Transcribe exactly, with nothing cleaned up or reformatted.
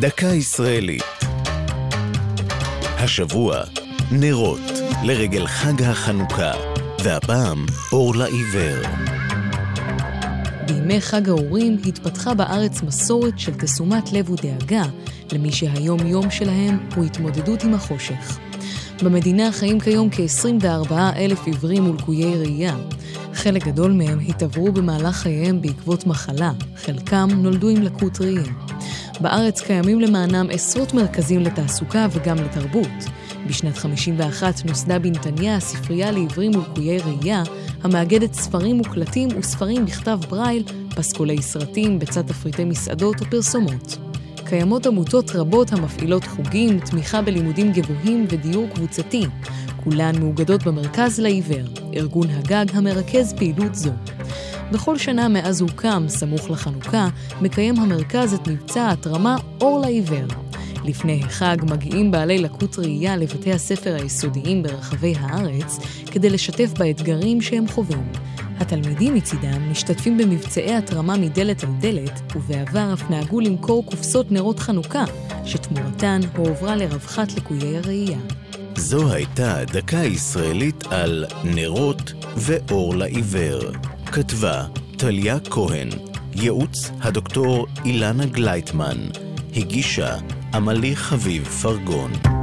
דקה ישראלית. השבוע נרות לרגל חג החנוכה, והפעם אור לעיוור. בימי חג האורים התפתחה בארץ מסורת של תשומת לב ודאגה למי שהיום יום שלהם הוא התמודדות עם החושך. במדינה חיים כיום כ-עשרים וארבעה אלף עיוורים ולקויי ראייה. חלק גדול מהם התעברו במהלך חייהם בעקבות מחלה, חלקם נולדו עם לקות ראייה. בארץ קיימים למענם עשרות מרכזים לתעסוקה וגם לתרבות. בשנת חמישים ואחת נוסדה בנתניה הספרייה לעיוורים ולקויי ראייה, המאגדת ספרים מוקלטים וספרים בכתב ברייל, פסקולי סרטים בצד תפריטי מסעדות ופרסומות. קיימות עמותות רבות המפעילות חוגים, תמיכה בלימודים גבוהים ודיור קבוצתי. כולן מאוגדות במרכז לעיוור, ארגון הגג המרכז פעילות זו. בכל שנה מאז הוקם, סמוך לחנוכה, מקיים המרכז את מבצע ההתרמה אור לעיוור. לפני החג מגיעים בעלי לקות ראייה לבתי הספר היסודיים ברחבי הארץ כדי לשתף באתגרים שהם חווים. התלמידים מצידם משתתפים במבצעי התרמה מדלת על דלת, ובעבר אף נהגו למכור קופסות נרות חנוכה, שתמורתן הועברה לרווחת לקויי הראייה. זו הייתה דקה ישראלית על נרות ואור לעיוור. כתבה טליה כהן, ייעוץ הדוקטור אילנה גלייטמן, הגישה עמלי חביב פרגון.